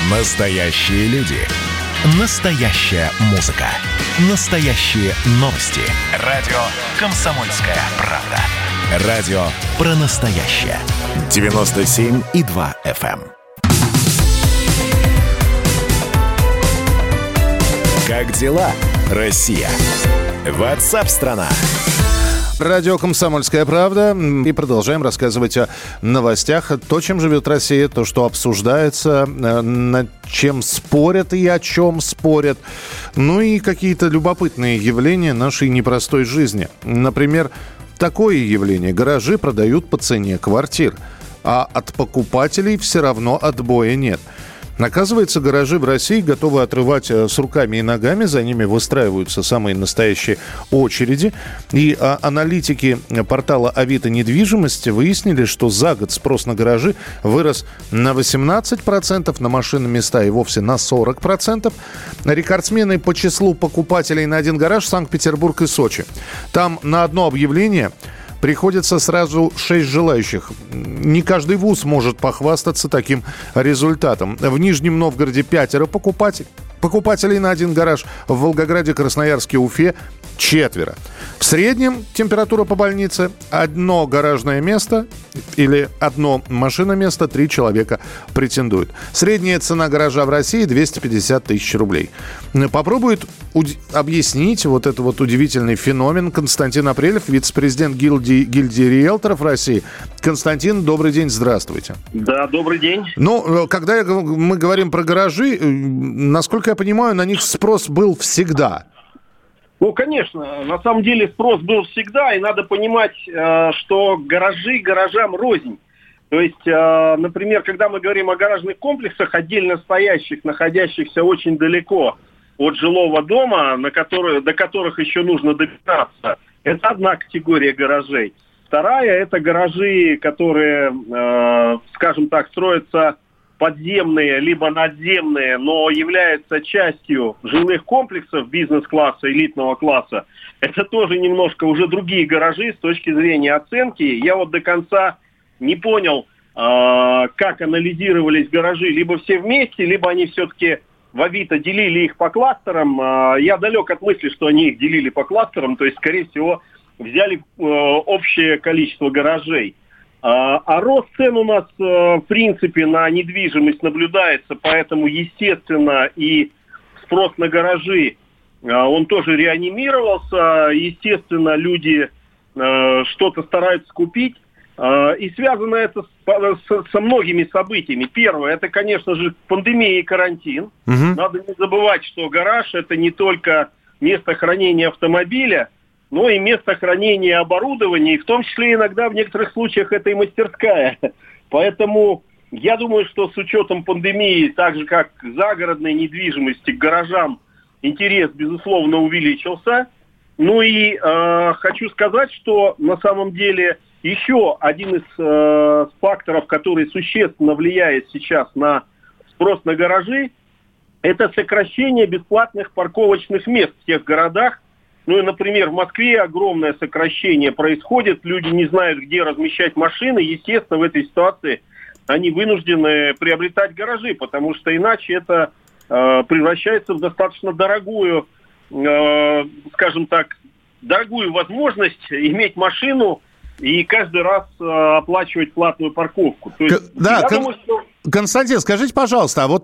Настоящие люди. Настоящая музыка. Настоящие новости. Радио «Комсомольская правда». Радио про настоящее. 97,2 FM. Как дела, Россия? WhatsApp-страна. Радио «Комсомольская правда». И продолжаем рассказывать о новостях. То, чем живет Россия, то, что обсуждается, над чем спорят и о чем спорят. Ну и какие-то любопытные явления нашей непростой жизни. Например, такое явление. Гаражи продают по цене квартир, а от покупателей все равно отбоя нет. Оказывается, гаражи в России готовы отрывать с руками и ногами, за ними выстраиваются самые настоящие очереди. И аналитики портала Авито недвижимость выяснили, что за год спрос на гаражи вырос на 18%, на машины места и вовсе на 40%. Рекордсмены по числу покупателей на один гараж Санкт-Петербург и Сочи. Там на одно объявление приходится сразу 6 желающих. Не каждый вуз может похвастаться таким результатом. В Нижнем Новгороде 5 покупателей на один гараж. В Волгограде, Красноярске, Уфе 4. В среднем температура по больнице: одно гаражное место или одно машиноместо, 3 человека претендуют. Средняя цена гаража в России 250 тысяч рублей. Попробует объяснить вот этот вот удивительный феномен Константин Апрелев, вице-президент гильдии риэлторов России. Константин, добрый день, здравствуйте. Да, добрый день. Ну, когда мы говорим про гаражи, насколько я понимаю, на них спрос был всегда. Ну, конечно, на самом деле спрос был всегда, и надо понимать, что гаражи гаражам рознь. То есть, например, когда мы говорим о гаражных комплексах, отдельно стоящих, находящихся очень далеко от жилого дома, до которых еще нужно добираться, это одна категория гаражей. Вторая – это гаражи, которые, скажем так, строятся подземные, либо надземные, но являются частью жилых комплексов бизнес-класса, элитного класса. Это тоже немножко уже другие гаражи с точки зрения оценки. Я вот до конца не понял, как анализировались гаражи. Либо все вместе, либо они все-таки в Авито делили их по кластерам. Я далек от мысли, что они их делили по кластерам. То есть, скорее всего, взяли общее количество гаражей. А рост цен у нас, в принципе, на недвижимость наблюдается, поэтому, естественно, и спрос на гаражи, он тоже реанимировался. Естественно, люди что-то стараются купить. И связано это со многими событиями. Первое, это, конечно же, пандемия и карантин. Надо не забывать, что гараж – это не только место хранения автомобиля, но и место хранения оборудования, и в том числе иногда в некоторых случаях это и мастерская. Поэтому я думаю, что с учетом пандемии, так же как загородной недвижимости, к гаражам интерес, безусловно, увеличился. Ну и хочу сказать, что на самом деле еще один из факторов, который существенно влияет сейчас на спрос на гаражи, это сокращение бесплатных парковочных мест в тех городах. Ну и, например, в Москве огромное сокращение происходит, люди не знают, где размещать машины. Естественно, в этой ситуации они вынуждены приобретать гаражи, потому что иначе это превращается в достаточно дорогую, скажем так, дорогую возможность иметь машину и каждый раз оплачивать платную парковку. То есть, да, Константин, скажите, пожалуйста, а вот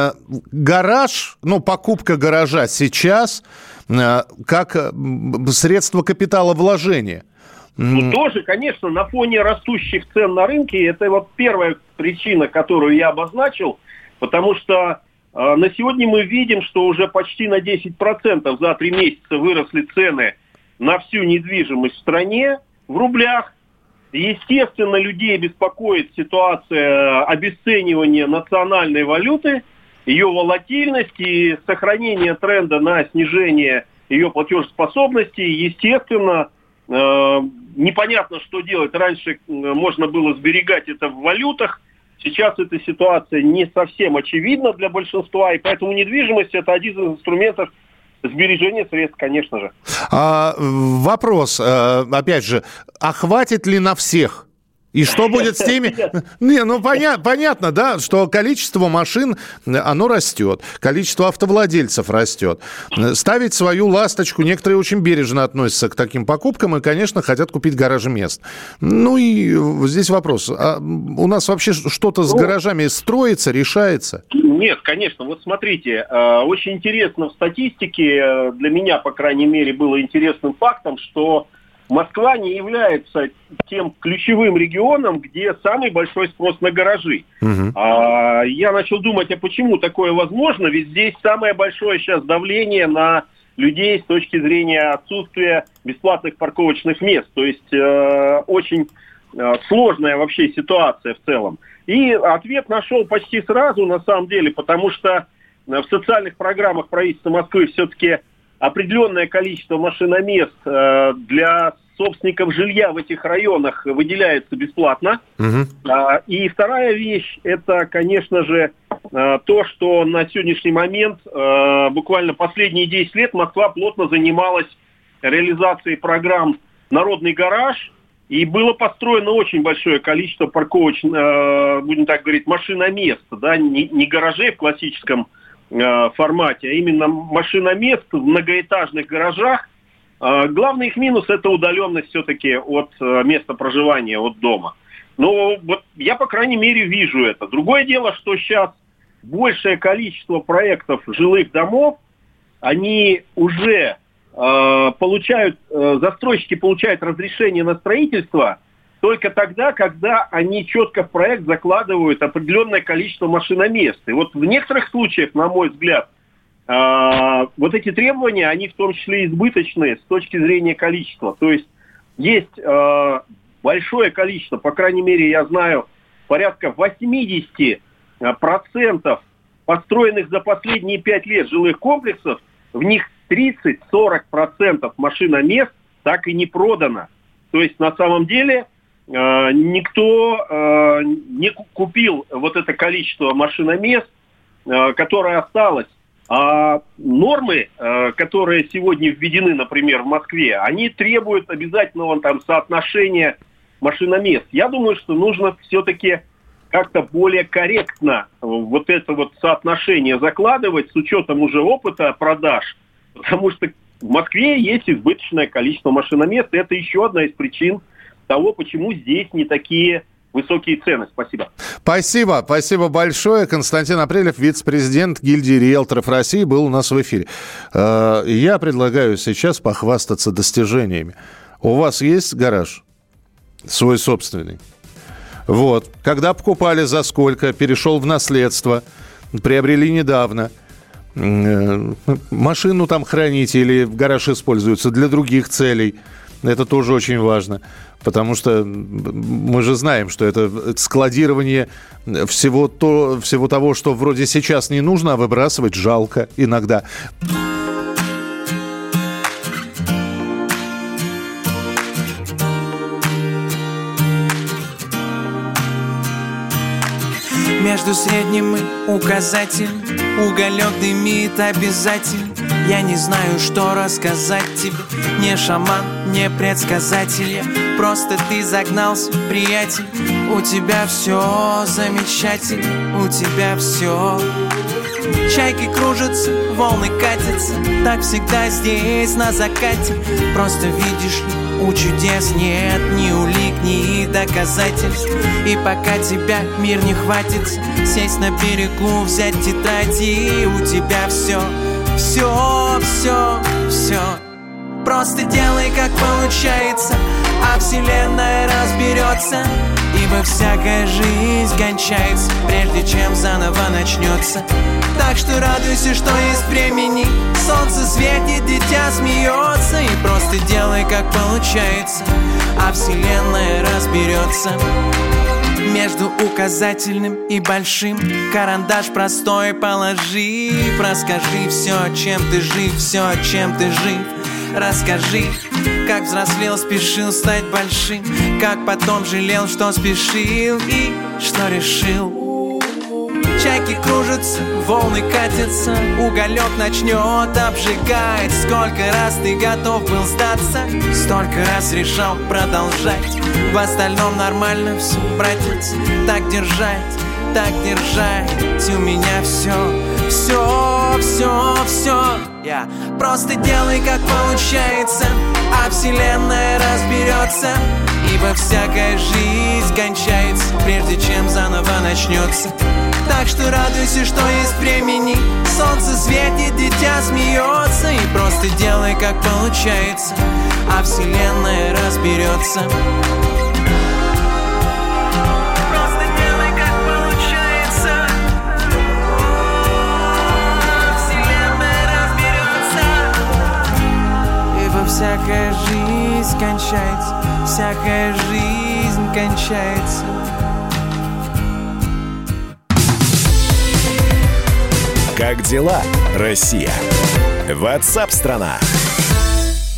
гараж, покупка гаража сейчас как средство капиталовложения? Ну, тоже, конечно, на фоне растущих цен на рынке, это вот первая причина, которую я обозначил, потому что на сегодня мы видим, что уже почти на 10% за 3 месяца выросли цены на всю недвижимость в стране в рублях. Естественно, людей беспокоит ситуация обесценивания национальной валюты, ее волатильность и сохранение тренда на снижение ее платежеспособности. Естественно, непонятно, что делать. Раньше можно было сберегать это в валютах. Сейчас эта ситуация не совсем очевидна для большинства, и поэтому недвижимость – это один из инструментов сбережения средств, конечно же. Вопрос, опять же, а хватит ли на всех? И что будет с теми... Не, ну понятно, да, что количество машин, оно растет, количество автовладельцев растет. Ставить свою ласточку, некоторые очень бережно относятся к таким покупкам и, конечно, хотят купить гараж-мест. Ну и здесь вопрос, а у нас вообще что-то с гаражами строится, решается? Нет, конечно, вот смотрите, очень интересно в статистике, для меня, по крайней мере, было интересным фактом, что Москва не является тем ключевым регионом, где самый большой спрос на гаражи. Я начал думать, а почему такое возможно? Ведь здесь самое большое сейчас давление на людей с точки зрения отсутствия бесплатных парковочных мест. То есть очень сложная вообще ситуация в целом. И ответ нашел почти сразу, на самом деле, потому что в социальных программах правительства Москвы все-таки определенное количество машиномест для собственников жилья в этих районах выделяется бесплатно. И вторая вещь, это, конечно же, то, что на сегодняшний момент, буквально последние 10 лет, Москва плотно занималась реализацией программ «Народный гараж», и было построено очень большое количество парковочных, будем так говорить, машиномест, да, не гаражей в классическом формате, а именно машиномест в многоэтажных гаражах. Главный их минус – это удаленность все-таки от места проживания, от дома. Но вот я, по крайней мере, вижу это. Другое дело, что сейчас большее количество проектов жилых домов, они уже застройщики получают разрешение на строительство только тогда, когда они четко в проект закладывают определенное количество машиномест. И вот в некоторых случаях, на мой взгляд, вот эти требования, они в том числе избыточные с точки зрения количества. То есть есть большое количество, по крайней мере, я знаю, порядка 80% построенных за последние 5 лет жилых комплексов, в них 30-40% машиномест так и не продано. То есть на самом деле никто не купил вот это количество машиномест, которое осталось. А нормы, которые сегодня введены, например, в Москве, они требуют обязательного там соотношения машиномест. Я думаю, что нужно все-таки как-то более корректно вот это вот соотношение закладывать с учетом уже опыта продаж, потому что в Москве есть избыточное количество машиномест, и это еще одна из причин того, почему здесь не такие высокие цены. Спасибо. Спасибо большое. Константин Апрелев, вице-президент гильдии риэлторов России, был у нас в эфире. Я предлагаю сейчас похвастаться достижениями. У вас есть гараж? Свой собственный? Вот. Когда покупали, за сколько? Перешел в наследство? Приобрели недавно? Машину там храните или в гараж используется для других целей? Это тоже очень важно, потому что мы же знаем, что это складирование всего того, что вроде сейчас не нужно, а выбрасывать жалко иногда. Между средним и указательным уголек дымит обязательно. Я не знаю, что рассказать тебе. Не шаман, не предсказатель я. Просто ты загнался, приятель. У тебя все замечательно, у тебя все. Чайки кружатся, волны катятся. Так всегда здесь на закате. Просто видишь, у чудес нет ни улик, ни доказательств. И пока тебя мир не хватится, сесть на берегу, взять тетради. У тебя все. Просто делай, как получается, а вселенная разберется. Ибо всякая жизнь кончается, прежде чем заново начнется. Так что радуйся, что есть времени. Солнце светит, дитя смеется. И просто делай, как получается, а вселенная разберется. Между указательным и большим карандаш простой положи. Расскажи все, чем ты жив, все, чем ты жив. Расскажи, как взрослел, спешил стать большим, как потом жалел, что спешил и что решил. Чайки реки кружатся, волны катятся, уголек начнет обжигать. Сколько раз ты готов был сдаться, столько раз решал продолжать. В остальном нормально все, братец, так держать у меня все. Я просто делай, как получается, а вселенная разберется. Ибо всякая жизнь кончается, прежде чем заново начнется. Так что радуйся, что есть времени. Солнце светит, дитя смеется. И просто делай, как получается, а вселенная разберется. Просто делай, как получается, а вселенная разберется. Ибо всякая жизнь кончается, всякая жизнь кончается. Как дела, Россия? WhatsApp-страна.